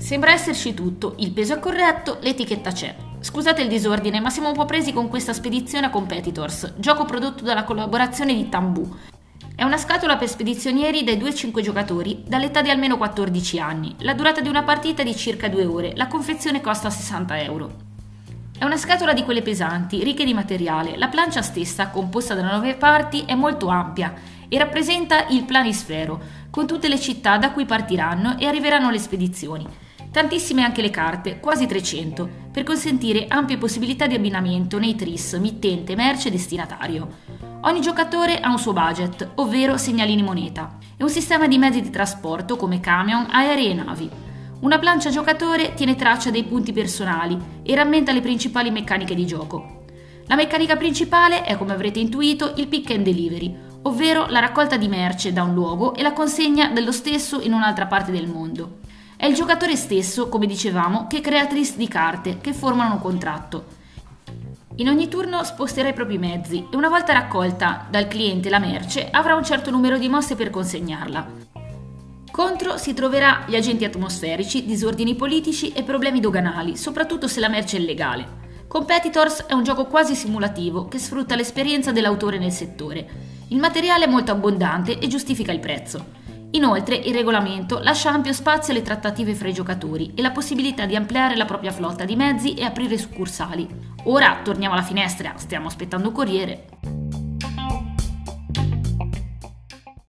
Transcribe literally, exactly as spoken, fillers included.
Sembra esserci tutto, il peso è corretto, l'etichetta c'è. Scusate il disordine, ma siamo un po' presi con questa spedizione a Competitors, gioco prodotto dalla collaborazione di Tambù. È una scatola per spedizionieri dai due ai cinque giocatori, dall'età di almeno quattordici anni. La durata di una partita è di circa due ore, la confezione costa sessanta euro. È una scatola di quelle pesanti, ricche di materiale. La plancia stessa, composta da nove parti, è molto ampia e rappresenta il planisfero, con tutte le città da cui partiranno e arriveranno le spedizioni. Tantissime anche le carte, quasi trecento, per consentire ampie possibilità di abbinamento nei tris, mittente, merce e destinatario. Ogni giocatore ha un suo budget, ovvero segnalini moneta, e un sistema di mezzi di trasporto come camion, aerei e navi. Una plancia giocatore tiene traccia dei punti personali e rammenta le principali meccaniche di gioco. La meccanica principale è, come avrete intuito, il pick and delivery, ovvero la raccolta di merce da un luogo e la consegna dello stesso in un'altra parte del mondo. È il giocatore stesso, come dicevamo, che crea tris di carte che formano un contratto. In ogni turno sposterà i propri mezzi e una volta raccolta dal cliente la merce avrà un certo numero di mosse per consegnarla. Contro si troverà gli agenti atmosferici, disordini politici e problemi doganali, soprattutto se la merce è illegale. Competitors è un gioco quasi simulativo che sfrutta l'esperienza dell'autore nel settore. Il materiale è molto abbondante e giustifica il prezzo. Inoltre il regolamento lascia ampio spazio alle trattative fra i giocatori e la possibilità di ampliare la propria flotta di mezzi e aprire succursali. Ora torniamo alla finestra, stiamo aspettando un corriere.